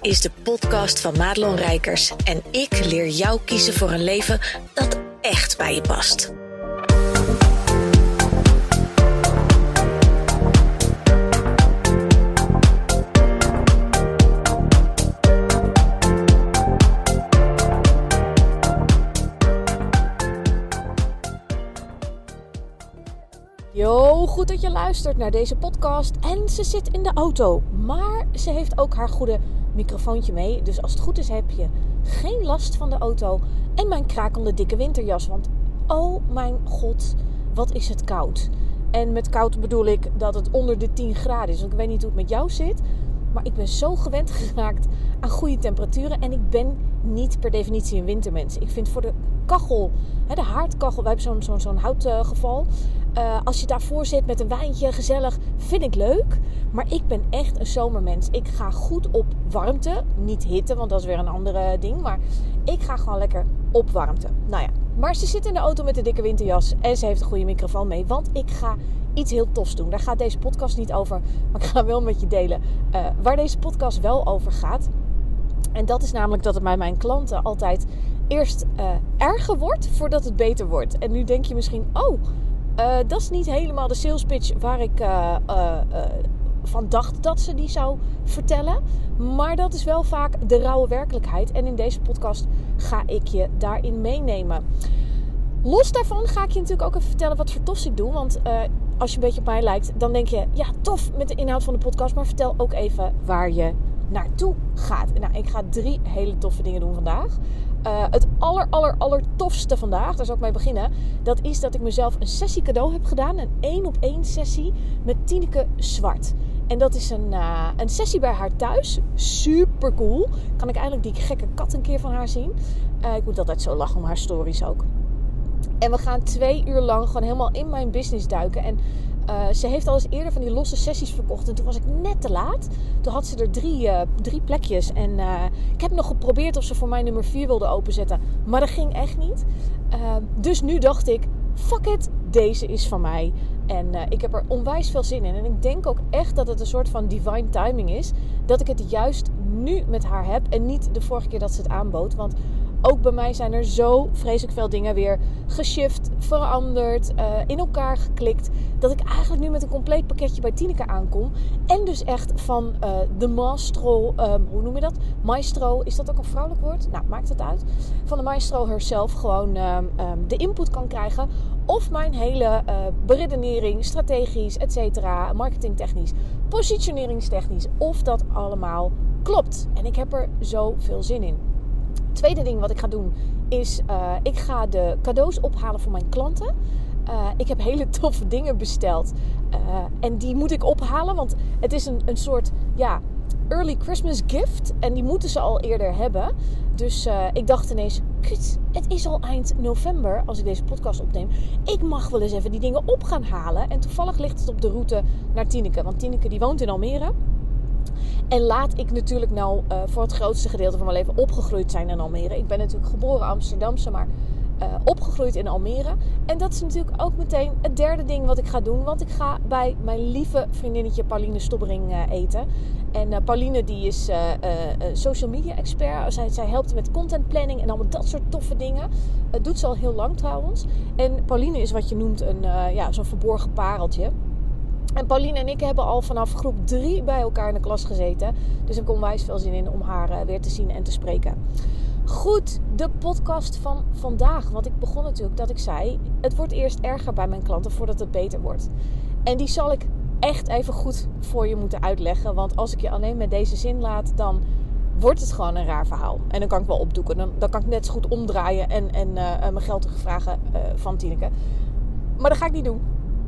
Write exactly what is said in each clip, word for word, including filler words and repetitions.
is de podcast van Madelon Rijkers en ik leer jou kiezen voor een leven dat echt bij je past. Yo, goed dat je luistert naar deze podcast. En ze zit in de auto, maar ze heeft ook haar goede microfoontje mee. Dus als het goed is heb je geen last van de auto en mijn krakende dikke winterjas. Want oh mijn god, wat is het koud. En met koud bedoel ik dat het onder de tien graden is. Want ik weet niet hoe het met jou zit, maar ik ben zo gewend geraakt aan goede temperaturen. En ik ben niet per definitie een wintermens. Ik vind voor de kachel, de haardkachel, wij hebben zo'n, zo'n, zo'n houtgeval. Uh, als je daarvoor zit met een wijntje, gezellig, vind ik leuk. Maar ik ben echt een zomermens. Ik ga goed op warmte. Niet hitte, want dat is weer een andere ding. Maar ik ga gewoon lekker op warmte. Nou ja, maar ze zit in de auto met een dikke winterjas. En ze heeft een goede microfoon mee. Want ik ga iets heel tofs doen. Daar gaat deze podcast niet over. Maar ik ga wel met je delen uh, waar deze podcast wel over gaat. En dat is namelijk dat het bij mijn klanten altijd eerst uh, erger wordt voordat het beter wordt. En nu denk je misschien, oh, uh, dat is niet helemaal de sales pitch waar ik uh, uh, uh, van dacht dat ze die zou vertellen. Maar dat is wel vaak de rauwe werkelijkheid. En in deze podcast ga ik je daarin meenemen. Los daarvan ga ik je natuurlijk ook even vertellen wat voor tofs ik doe. Want uh, als je een beetje op mij lijkt, dan denk je, ja, tof met de inhoud van de podcast. Maar vertel ook even waar je naartoe gaat. Nou, ik ga drie hele toffe dingen doen vandaag. Uh, het aller, aller, aller tofste vandaag, daar zal ik mee beginnen. Dat is dat ik mezelf een sessie cadeau heb gedaan. Een één op één sessie met Tineke Zwart. En dat is een, uh, een sessie bij haar thuis. Super cool. Kan ik eigenlijk die gekke kat een keer van haar zien. Uh, ik moet altijd zo lachen om haar stories ook. En we gaan twee uur lang gewoon helemaal in mijn business duiken. En uh, ze heeft al eens eerder van die losse sessies verkocht. En toen was ik net te laat. Toen had ze er drie, uh, drie plekjes. En uh, ik heb nog geprobeerd of ze voor mij nummer vier wilde openzetten. Maar dat ging echt niet. Uh, dus nu dacht ik, fuck it, deze is van mij. En uh, ik heb er onwijs veel zin in. En ik denk ook echt dat het een soort van divine timing is. Dat ik het juist nu met haar heb. En niet de vorige keer dat ze het aanbood. Want ook bij mij zijn er zo vreselijk veel dingen weer geshift, veranderd, uh, in elkaar geklikt. Dat ik eigenlijk nu met een compleet pakketje bij Tineke aankom. En dus echt van uh, de maestro, um, hoe noem je dat? Maestro, is dat ook een vrouwelijk woord? Nou, maakt het uit. Van de maestro herself gewoon um, um, de input kan krijgen. Of mijn hele uh, beredenering, strategisch, et cetera, marketingtechnisch, positioneringstechnisch. Of dat allemaal klopt. En ik heb er zoveel zin in. Tweede ding wat ik ga doen is, uh, ik ga de cadeaus ophalen voor mijn klanten. Uh, ik heb hele toffe dingen besteld. Uh, en die moet ik ophalen, want het is een, een soort ja, early Christmas gift. En die moeten ze al eerder hebben. Dus uh, ik dacht ineens, kut, het is al eind november als ik deze podcast opneem. Ik mag wel eens even die dingen op gaan halen. En toevallig ligt het op de route naar Tineke. Want Tineke die woont in Almere. En laat ik natuurlijk nou uh, voor het grootste gedeelte van mijn leven opgegroeid zijn in Almere. Ik ben natuurlijk geboren Amsterdamse, maar uh, opgegroeid in Almere. En dat is natuurlijk ook meteen het derde ding wat ik ga doen. Want ik ga bij mijn lieve vriendinnetje Pauline Stobbering uh, eten. En uh, Pauline die is uh, uh, social media expert. Zij, zij helpt met content planning en allemaal dat soort toffe dingen. Dat doet ze al heel lang trouwens. En Pauline is wat je noemt een, uh, ja, zo'n verborgen pareltje. En Pauline en ik hebben al vanaf groep drie bij elkaar in de klas gezeten. Dus ik heb onwijs veel zin in om haar uh, weer te zien en te spreken. Goed, de podcast van vandaag. Want ik begon natuurlijk dat ik zei, het wordt eerst erger bij mijn klanten voordat het beter wordt. En die zal ik echt even goed voor je moeten uitleggen. Want als ik je alleen met deze zin laat, dan wordt het gewoon een raar verhaal. En dan kan ik wel opdoeken. Dan, dan kan ik net zo goed omdraaien en, en uh, mijn geld terugvragen uh, van Tineke. Maar dat ga ik niet doen.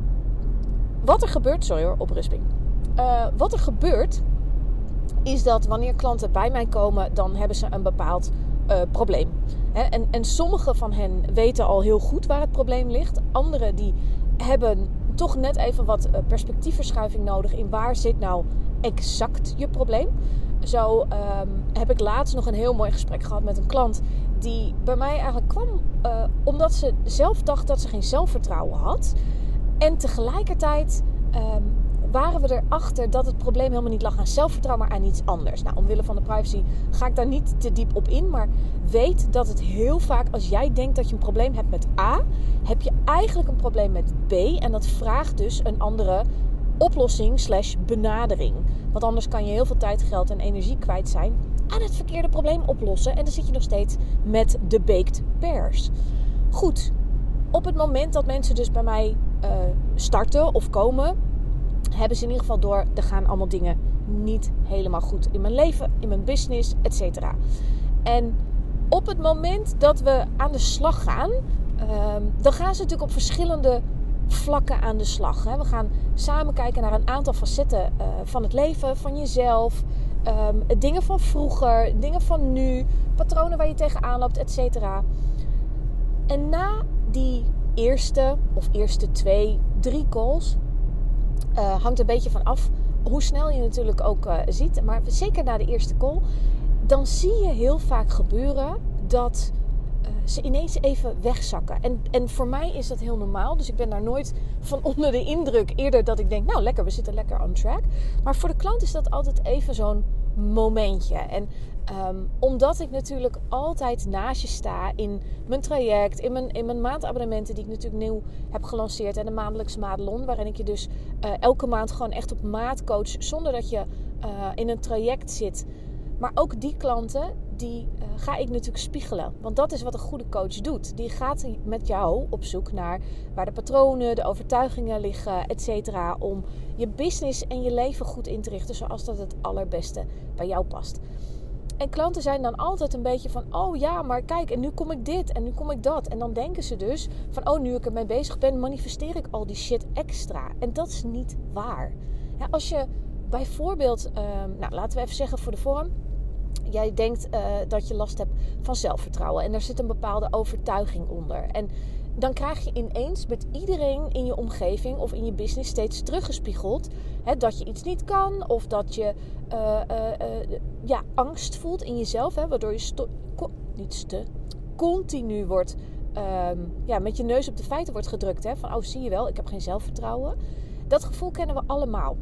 Wat er gebeurt, sorry hoor, oprisping. Uh, wat er gebeurt, is dat wanneer klanten bij mij komen, dan hebben ze een bepaald uh, probleem. He, en, en sommige van hen weten al heel goed waar het probleem ligt. Anderen die hebben toch net even wat uh, perspectiefverschuiving nodig in waar zit nou exact je probleem. Zo um, heb ik laatst nog een heel mooi gesprek gehad met een klant die bij mij eigenlijk kwam uh, omdat ze zelf dacht dat ze geen zelfvertrouwen had. En tegelijkertijd um, waren we erachter dat het probleem helemaal niet lag aan zelfvertrouwen, maar aan iets anders. Nou, omwille van de privacy ga ik daar niet te diep op in. Maar weet dat het heel vaak, als jij denkt dat je een probleem hebt met A, heb je eigenlijk een probleem met B. En dat vraagt dus een andere oplossing slash benadering. Want anders kan je heel veel tijd, geld en energie kwijt zijn aan het verkeerde probleem oplossen. En dan zit je nog steeds met de baked pears. Goed, op het moment dat mensen dus bij mij uh, starten of komen, hebben ze in ieder geval door, er gaan allemaal dingen niet helemaal goed in mijn leven, in mijn business, et cetera. En op het moment dat we aan de slag gaan, uh, dan gaan ze natuurlijk op verschillende vlakken aan de slag. Hè. We gaan samen kijken naar een aantal facetten uh, van het leven, van jezelf, um, dingen van vroeger, dingen van nu, patronen waar je tegenaan loopt, et cetera. En na die eerste of eerste twee, drie calls, uh, hangt een beetje van af hoe snel je natuurlijk ook uh, ziet, maar zeker na de eerste call, dan zie je heel vaak gebeuren dat uh, ze ineens even wegzakken. En, en voor mij is dat heel normaal, dus ik ben daar nooit van onder de indruk. Eerder dat ik denk, nou lekker, we zitten lekker on track. Maar voor de klant is dat altijd even zo'n momentje. En um, omdat ik natuurlijk altijd naast je sta in mijn traject, in mijn, in mijn maandabonnementen die ik natuurlijk nieuw heb gelanceerd en de maandelijkse Madelon, waarin ik je dus uh, elke maand gewoon echt op maat coach, zonder dat je uh, in een traject zit. Maar ook die klanten, die uh, ga ik natuurlijk spiegelen. Want dat is wat een goede coach doet. Die gaat met jou op zoek naar waar de patronen, de overtuigingen liggen, et cetera. Om je business en je leven goed in te richten, zoals dat het allerbeste bij jou past. En klanten zijn dan altijd een beetje van, oh ja, maar kijk, en nu kom ik dit en nu kom ik dat. En dan denken ze dus van, oh, nu ik ermee bezig ben, manifesteer ik al die shit extra. En dat is niet waar. Ja, als je bijvoorbeeld, uh, nou laten we even zeggen voor de vorm, jij denkt uh, dat je last hebt van zelfvertrouwen en er zit een bepaalde overtuiging onder. En dan krijg je ineens met iedereen in je omgeving of in je business steeds teruggespiegeld hè, dat je iets niet kan of dat je uh, uh, uh, ja, angst voelt in jezelf, hè, waardoor je sto- ko- niet ste- continu wordt, um, ja, met je neus op de feiten wordt gedrukt. Hè, van, oh, zie je wel, ik heb geen zelfvertrouwen. Dat gevoel kennen we allemaal.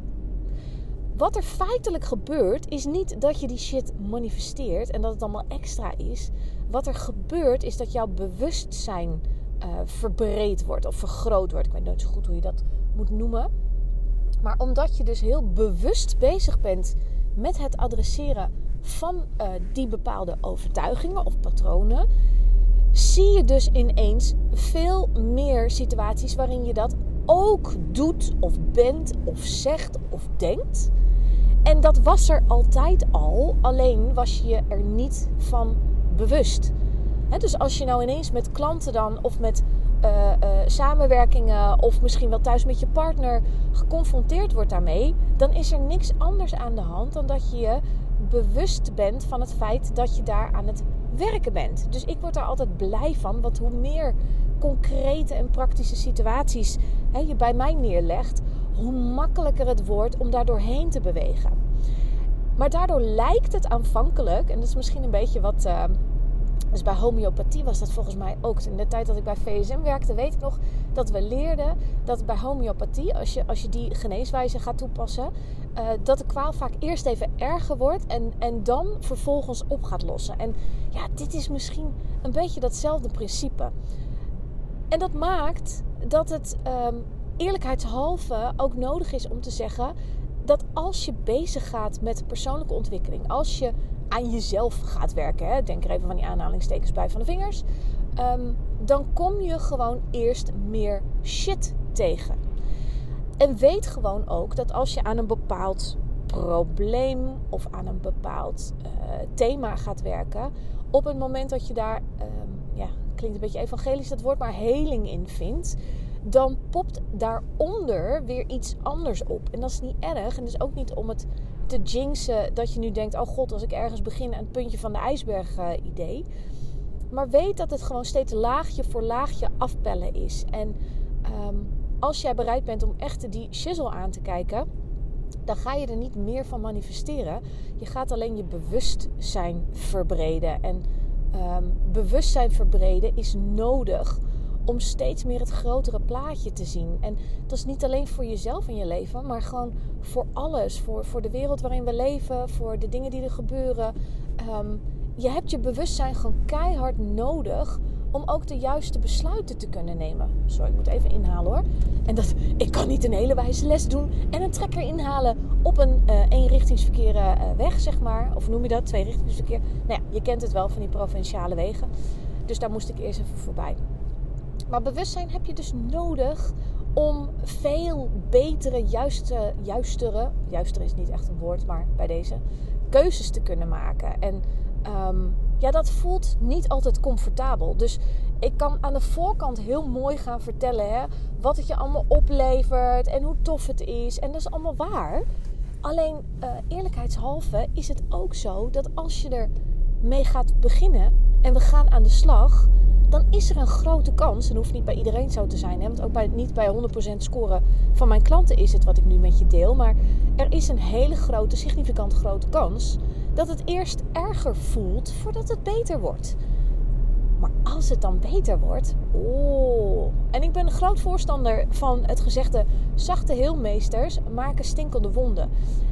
Wat er feitelijk gebeurt, is niet dat je die shit manifesteert en dat het allemaal extra is. Wat er gebeurt, is dat jouw bewustzijn uh, verbreed wordt of vergroot wordt. Ik weet nooit zo goed hoe je dat moet noemen. Maar omdat je dus heel bewust bezig bent met het adresseren van uh, die bepaalde overtuigingen of patronen, zie je dus ineens veel meer situaties waarin je dat ook doet of bent of zegt of denkt. En dat was er altijd al, alleen was je je er niet van bewust. He, dus als je nou ineens met klanten dan of met uh, uh, samenwerkingen of misschien wel thuis met je partner geconfronteerd wordt daarmee, dan is er niks anders aan de hand dan dat je je bewust bent van het feit dat je daar aan het werken bent. Dus ik word daar altijd blij van, want hoe meer concrete en praktische situaties hè, je bij mij neerlegt, hoe makkelijker het wordt om daar doorheen te bewegen. Maar daardoor lijkt het aanvankelijk, en dat is misschien een beetje wat, uh, dus bij homeopathie was dat volgens mij ook. In de tijd dat ik bij V S M werkte, weet ik nog dat we leerden dat bij homeopathie, als je, als je die geneeswijze gaat toepassen, uh, dat de kwaal vaak eerst even erger wordt en, en dan vervolgens op gaat lossen. En ja, dit is misschien een beetje datzelfde principe. En dat maakt dat het um, eerlijkheidshalve ook nodig is om te zeggen dat als je bezig gaat met persoonlijke ontwikkeling, als je aan jezelf gaat werken, hè, denk er even van die aanhalingstekens bij van de vingers, um, dan kom je gewoon eerst meer shit tegen. En weet gewoon ook dat als je aan een bepaald probleem of aan een bepaald uh, thema gaat werken, op het moment dat je daar, um, ja, klinkt een beetje evangelisch dat woord, maar heling in vindt, dan popt daaronder weer iets anders op. En dat is niet erg. En dat is ook niet om het te jinxen dat je nu denkt, oh god, als ik ergens begin aan het puntje van de ijsberg uh, idee. Maar weet dat het gewoon steeds laagje voor laagje afpellen is. En um, als jij bereid bent om echt die shizzle aan te kijken, dan ga je er niet meer van manifesteren. Je gaat alleen je bewustzijn verbreden. En um, bewustzijn verbreden is nodig om steeds meer het grotere plaatje te zien. En dat is niet alleen voor jezelf in je leven, maar gewoon voor alles. Voor, voor de wereld waarin we leven, voor de dingen die er gebeuren. Um, je hebt je bewustzijn gewoon keihard nodig om ook de juiste besluiten te kunnen nemen. Sorry, ik moet even inhalen hoor. En dat, ik kan niet een hele wijze les doen en een trekker inhalen op een uh, eenrichtingsverkeer uh, weg, zeg maar. Of noem je dat? Tweerichtingsverkeer. Nou ja, je kent het wel van die provinciale wegen. Dus daar moest ik eerst even voorbij. Maar bewustzijn heb je dus nodig om veel betere, juiste, juistere, juister is niet echt een woord, maar bij deze, keuzes te kunnen maken. En um, ja, dat voelt niet altijd comfortabel. Dus ik kan aan de voorkant heel mooi gaan vertellen, hè, wat het je allemaal oplevert en hoe tof het is. En dat is allemaal waar. Alleen uh, eerlijkheidshalve is het ook zo dat als je er mee gaat beginnen en we gaan aan de slag, dan is er een grote kans, en hoeft niet bij iedereen zo te zijn, hè, want ook bij, niet bij honderd procent scoren van mijn klanten is het wat ik nu met je deel, maar er is een hele grote, significant grote kans dat het eerst erger voelt voordat het beter wordt. Maar als het dan beter wordt, oh. En ik ben een groot voorstander van het gezegde, zachte heelmeesters maken stinkende wonden.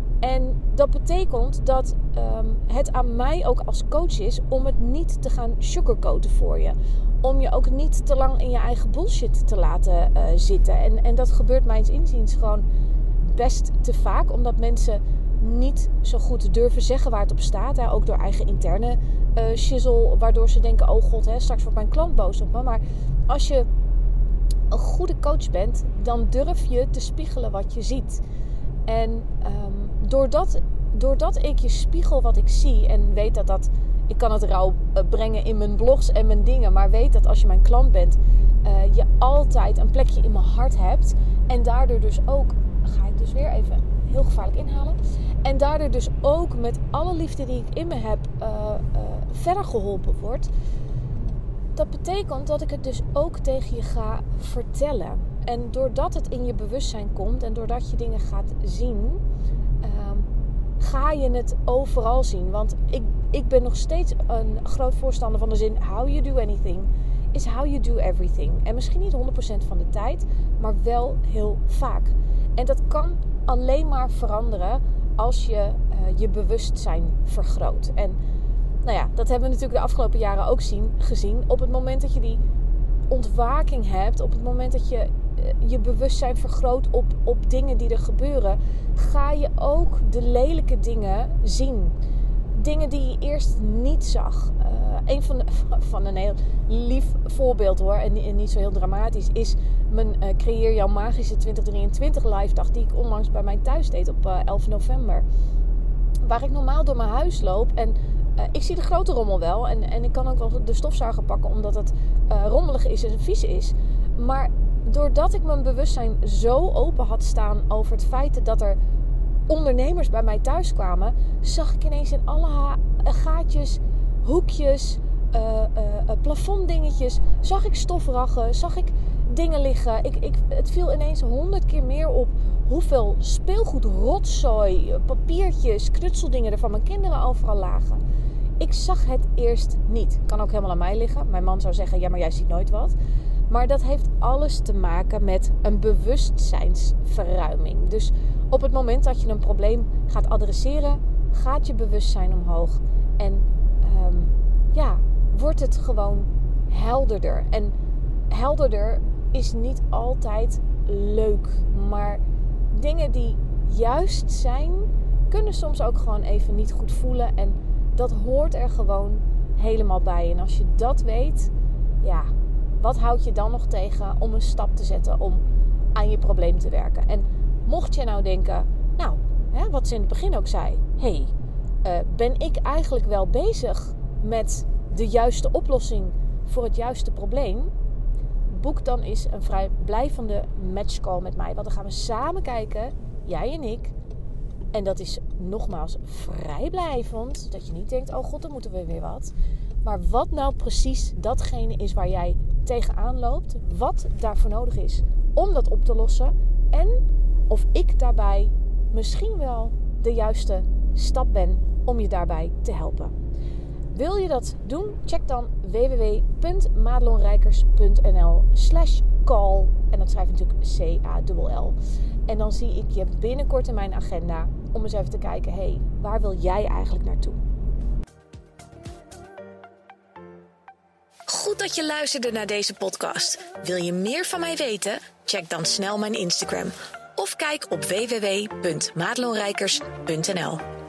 En dat betekent dat um, het aan mij ook als coach is om het niet te gaan sugarcoaten voor je. Om je ook niet te lang in je eigen bullshit te laten uh, zitten. En, en dat gebeurt mijns inziens gewoon best te vaak. Omdat mensen niet zo goed durven zeggen waar het op staat. Hè? Ook door eigen interne uh, shizzle. Waardoor ze denken, oh god, hè, straks wordt mijn klant boos op me. Maar als je een goede coach bent, dan durf je te spiegelen wat je ziet. En um, doordat, doordat ik je spiegel wat ik zie en weet dat dat, ik kan het rauw uh, brengen in mijn blogs en mijn dingen, maar weet dat als je mijn klant bent, uh, je altijd een plekje in mijn hart hebt. En daardoor dus ook, ga ik dus weer even heel gevaarlijk inhalen. En daardoor dus ook met alle liefde die ik in me heb uh, uh, verder geholpen wordt. Dat betekent dat ik het dus ook tegen je ga vertellen. En doordat het in je bewustzijn komt en doordat je dingen gaat zien, um, ga je het overal zien. Want ik, ik ben nog steeds een groot voorstander van de zin, how you do anything is how you do everything. En misschien niet honderd procent van de tijd, maar wel heel vaak. En dat kan alleen maar veranderen als je uh, je bewustzijn vergroot. En nou ja, dat hebben we natuurlijk de afgelopen jaren ook zien, gezien. Op het moment dat je die ontwaking hebt, op het moment dat je je bewustzijn vergroot op, op dingen die er gebeuren, ga je ook de lelijke dingen zien. Dingen die je eerst niet zag. Uh, een van, de, van een heel lief voorbeeld hoor, en, en niet zo heel dramatisch, is mijn uh, Creëer Jouw Magische twintig drieëntwintig live dag die ik onlangs bij mij thuis deed op uh, elf november. Waar ik normaal door mijn huis loop en Uh, ik zie de grote rommel wel. En, en ik kan ook wel de stofzuiger pakken omdat het uh, rommelig is en vies is. Maar doordat ik mijn bewustzijn zo open had staan over het feit dat er ondernemers bij mij thuis kwamen, zag ik ineens in alle ha- gaatjes, hoekjes, uh, uh, uh, plafonddingetjes, zag ik stofraggen, zag ik dingen liggen. Ik, ik, het viel ineens honderd keer meer op hoeveel speelgoed, rotzooi, papiertjes, knutseldingen er van mijn kinderen overal lagen. Ik zag het eerst niet. Kan ook helemaal aan mij liggen. Mijn man zou zeggen, ja, maar jij ziet nooit wat. Maar dat heeft alles te maken met een bewustzijnsverruiming. Dus op het moment dat je een probleem gaat adresseren, gaat je bewustzijn omhoog. En um, ja, wordt het gewoon helderder. En helderder is niet altijd leuk. Maar dingen die juist zijn, kunnen soms ook gewoon even niet goed voelen. En dat hoort er gewoon helemaal bij. En als je dat weet, ja, wat houdt je dan nog tegen om een stap te zetten om aan je probleem te werken? En mocht je nou denken, nou, hè, wat ze in het begin ook zei, hé, hey, uh, ben ik eigenlijk wel bezig met de juiste oplossing voor het juiste probleem? Boek dan eens een vrijblijvende matchcall met mij. Want dan gaan we samen kijken, jij en ik. En dat is nogmaals vrijblijvend. Dat je niet denkt, oh god, dan moeten we weer wat. Maar wat nou precies datgene is waar jij tegenaan loopt. Wat daarvoor nodig is om dat op te lossen. En of ik daarbij misschien wel de juiste stap ben om je daarbij te helpen. Wil je dat doen? Check dan www.madelonrijkers.nl slash call. En dat schrijf je natuurlijk C A L L. En dan zie ik je binnenkort in mijn agenda om eens even te kijken, hé, hey, waar wil jij eigenlijk naartoe? Goed dat je luisterde naar deze podcast. Wil je meer van mij weten? Check dan snel mijn Instagram. Of kijk op w w w punt madelonrijkers punt n l.